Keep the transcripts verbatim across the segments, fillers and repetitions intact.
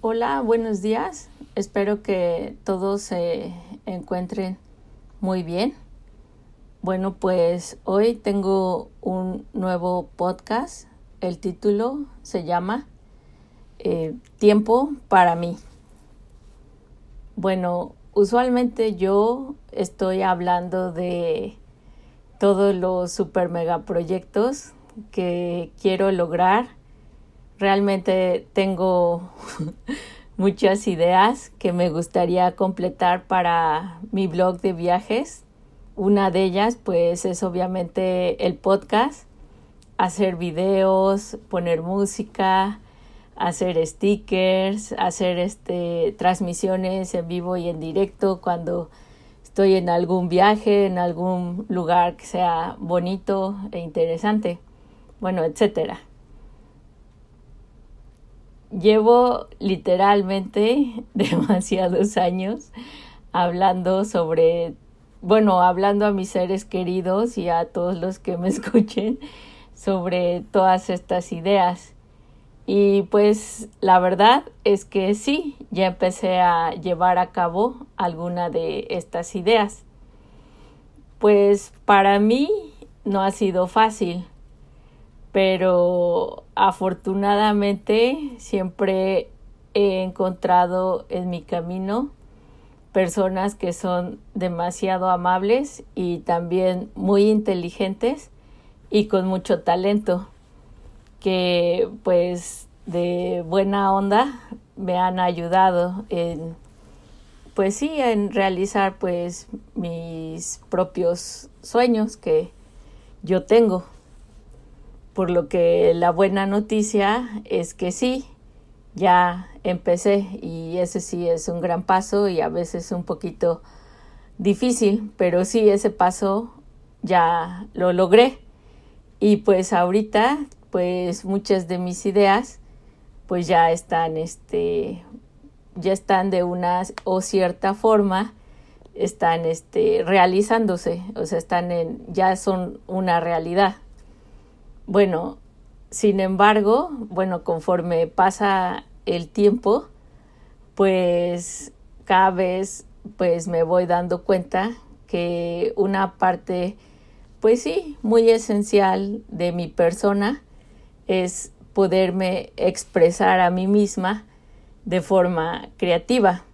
Hola, buenos días. Espero que todos se encuentren muy bien. Bueno, pues hoy tengo un nuevo podcast. El título se llama eh, Tiempo para mí. Bueno, usualmente yo estoy hablando de todos los super mega proyectos que quiero lograr. Realmente tengo muchas ideas que me gustaría completar para mi blog de viajes. Una de ellas pues es obviamente el podcast, hacer videos, poner música, hacer stickers, hacer este transmisiones en vivo y en directo cuando estoy en algún viaje, en algún lugar que sea bonito e interesante, bueno, etcétera. Llevo literalmente demasiados años hablando sobre, bueno, hablando a mis seres queridos y a todos los que me escuchen sobre todas estas ideas. Y pues la verdad es que sí, ya empecé a llevar a cabo alguna de estas ideas. Pues para mí no ha sido fácil, pero afortunadamente siempre he encontrado en mi camino personas que son demasiado amables y también muy inteligentes y con mucho talento, que pues de buena onda me han ayudado en, pues sí, en realizar pues mis propios sueños que yo tengo. Por lo que la buena noticia es que sí, ya empecé y ese sí es un gran paso y a veces un poquito difícil, pero sí, ese paso ya lo logré. Y pues ahorita, pues muchas de mis ideas pues ya están, este, ya están de una o cierta forma, están este, realizándose, o sea, están en, ya son una realidad. Bueno, sin embargo, bueno, conforme pasa el tiempo, pues cada vez pues me voy dando cuenta que una parte, pues sí, muy esencial de mi persona es poderme expresar a mí misma de forma creativa.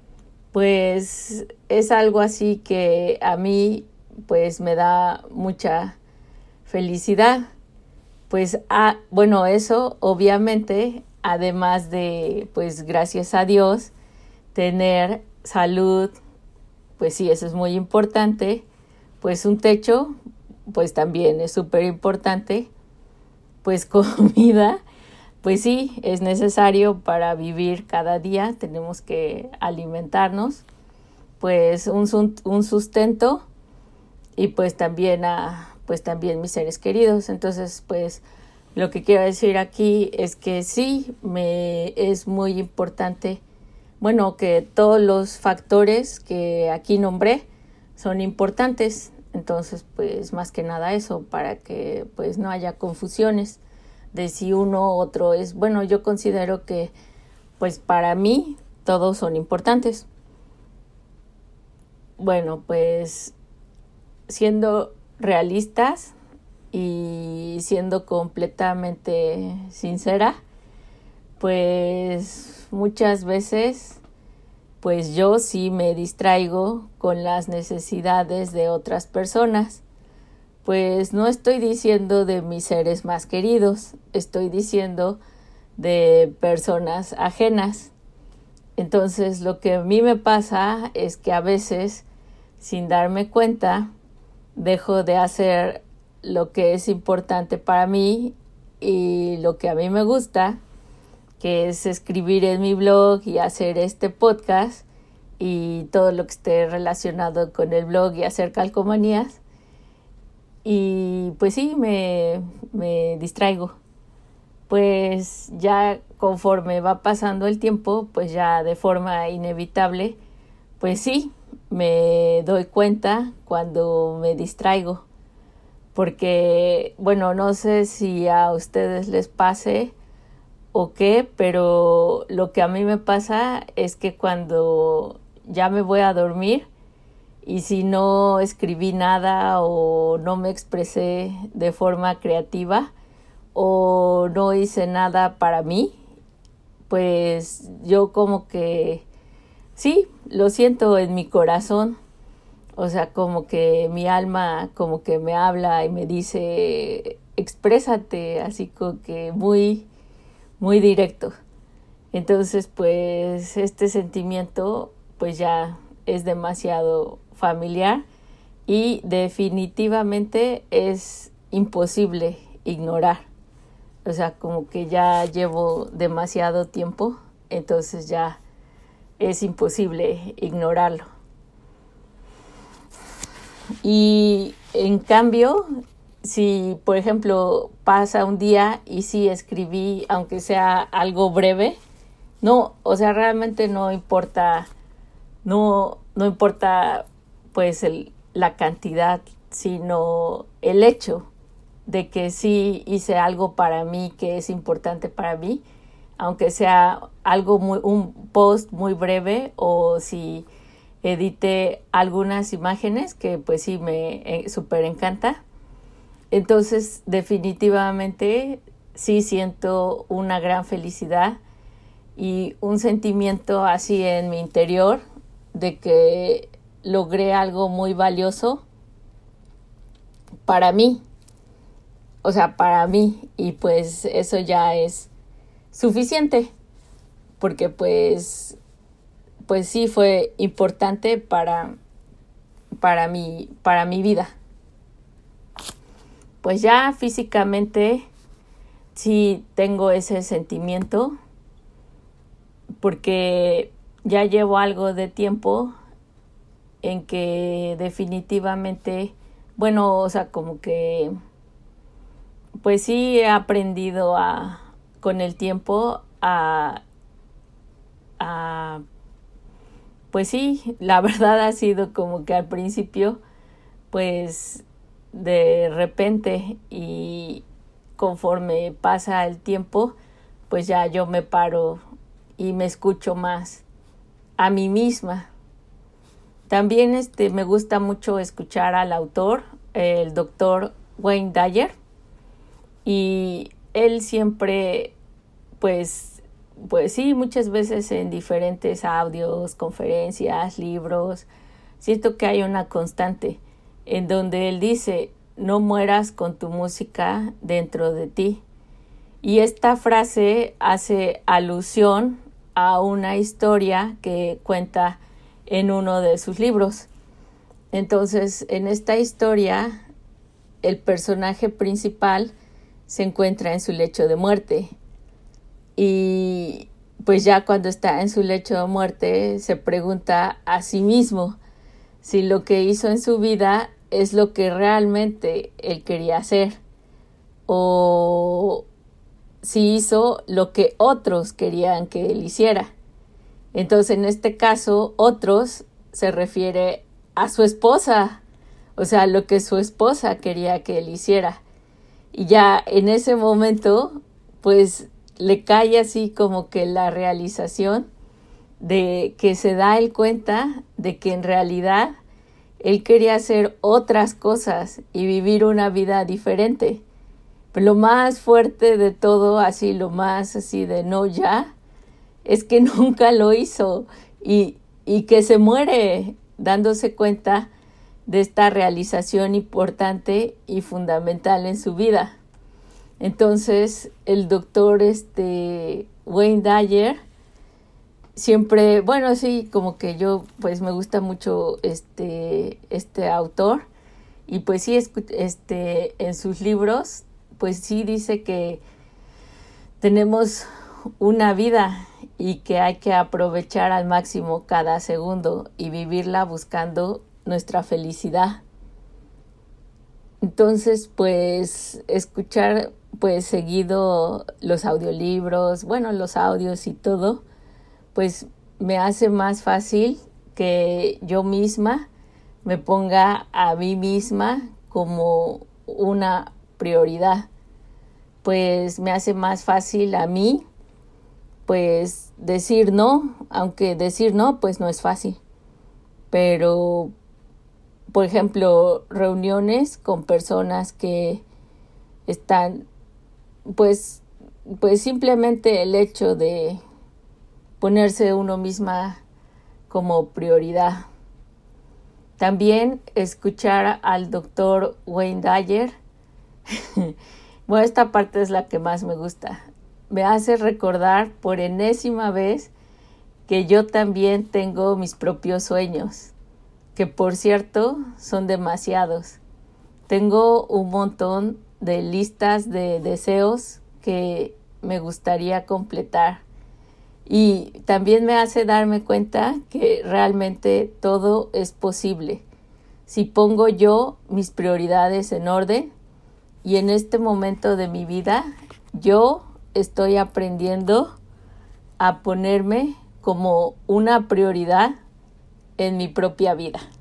Pues es algo así que a mí pues me da mucha felicidad. Pues, ah, bueno, eso obviamente, además de, pues gracias a Dios, tener salud, pues sí, eso es muy importante. Pues un techo, pues también es súper importante. Pues comida, pues sí, es necesario para vivir cada día, tenemos que alimentarnos. Pues un, un sustento y pues también a... pues también mis seres queridos. Entonces, pues lo que quiero decir aquí es que sí, me es muy importante, bueno, que todos los factores que aquí nombré son importantes. Entonces, pues más que nada eso, para que pues no haya confusiones de si uno u otro es, bueno, yo considero que pues para mí todos son importantes. Bueno, pues siendo realistas y siendo completamente sincera, pues muchas veces pues yo sí me distraigo con las necesidades de otras personas. Pues no estoy diciendo de mis seres más queridos, estoy diciendo de personas ajenas. Entonces lo que a mí me pasa es que a veces, sin darme cuenta, dejo de hacer lo que es importante para mí y lo que a mí me gusta, que es escribir en mi blog y hacer este podcast y todo lo que esté relacionado con el blog y hacer calcomanías. Y pues sí, me, me distraigo. Pues ya conforme va pasando el tiempo, pues ya de forma inevitable, pues sí, me doy cuenta cuando me distraigo. Porque, bueno, no sé si a ustedes les pase o qué, pero lo que a mí me pasa es que cuando ya me voy a dormir y si no escribí nada o no me expresé de forma creativa o no hice nada para mí, pues yo como que sí, lo siento en mi corazón. O sea, como que mi alma como que me habla y me dice, exprésate, así como que muy, muy directo. Entonces, pues este sentimiento pues ya es demasiado familiar y definitivamente es imposible ignorar. O sea, como que ya llevo demasiado tiempo, entonces ya es imposible ignorarlo. Y en cambio, si por ejemplo pasa un día y sí escribí, aunque sea algo breve, no, o sea, realmente no importa, no, no importa pues el, la cantidad, sino el hecho de que sí hice algo para mí que es importante para mí, aunque sea algo muy, un post muy breve, o si edité algunas imágenes que pues sí me eh, súper encanta. Entonces definitivamente sí siento una gran felicidad y un sentimiento así en mi interior de que logré algo muy valioso para mí, o sea, para mí, y pues eso ya es suficiente, porque pues pues sí fue importante para para mi para mi vida. Pues ya físicamente sí tengo ese sentimiento, porque ya llevo algo de tiempo en que definitivamente, bueno, o sea, como que pues sí he aprendido a con el tiempo a a pues sí, la verdad ha sido como que al principio pues de repente, y conforme pasa el tiempo pues ya yo me paro y me escucho más a mí misma. También este me gusta mucho escuchar al autor, el doctor Wayne Dyer, y él siempre pues pues sí, muchas veces en diferentes audios, conferencias, libros, siento que hay una constante en donde él dice, no mueras con tu música dentro de ti. Y esta frase hace alusión a una historia que cuenta en uno de sus libros. Entonces, en esta historia, el personaje principal se encuentra en su lecho de muerte. Y pues ya cuando está en su lecho de muerte se pregunta a sí mismo si lo que hizo en su vida es lo que realmente él quería hacer, o si hizo lo que otros querían que él hiciera. Entonces, en este caso, otros se refiere a su esposa, o sea, lo que su esposa quería que él hiciera. Y ya en ese momento, pues le cae así como que la realización de que se da él cuenta de que en realidad él quería hacer otras cosas y vivir una vida diferente. Pero lo más fuerte de todo, así lo más así de no ya, es que nunca lo hizo y, y que se muere dándose cuenta de esta realización importante y fundamental en su vida. Entonces, el doctor este, Wayne Dyer siempre, bueno, sí, como que yo, pues me gusta mucho este, este autor, y pues sí, este, en sus libros, pues sí dice que tenemos una vida y que hay que aprovechar al máximo cada segundo y vivirla buscando nuestra felicidad. Entonces, pues, escuchar, pues, seguido los audiolibros, bueno, los audios y todo, pues, me hace más fácil que yo misma me ponga a mí misma como una prioridad. Pues, me hace más fácil a mí pues decir no, aunque decir no pues no es fácil, pero por ejemplo reuniones con personas que están pues pues simplemente el hecho de ponerse uno misma como prioridad. También escuchar al doctor Wayne Dyer. Bueno, esta parte es la que más me gusta. Me hace recordar por enésima vez que yo también tengo mis propios sueños, que por cierto son demasiados. Tengo un montón de listas de deseos que me gustaría completar. Y también me hace darme cuenta que realmente todo es posible si pongo yo mis prioridades en orden. Y en este momento de mi vida yo estoy aprendiendo a ponerme como una prioridad en mi propia vida.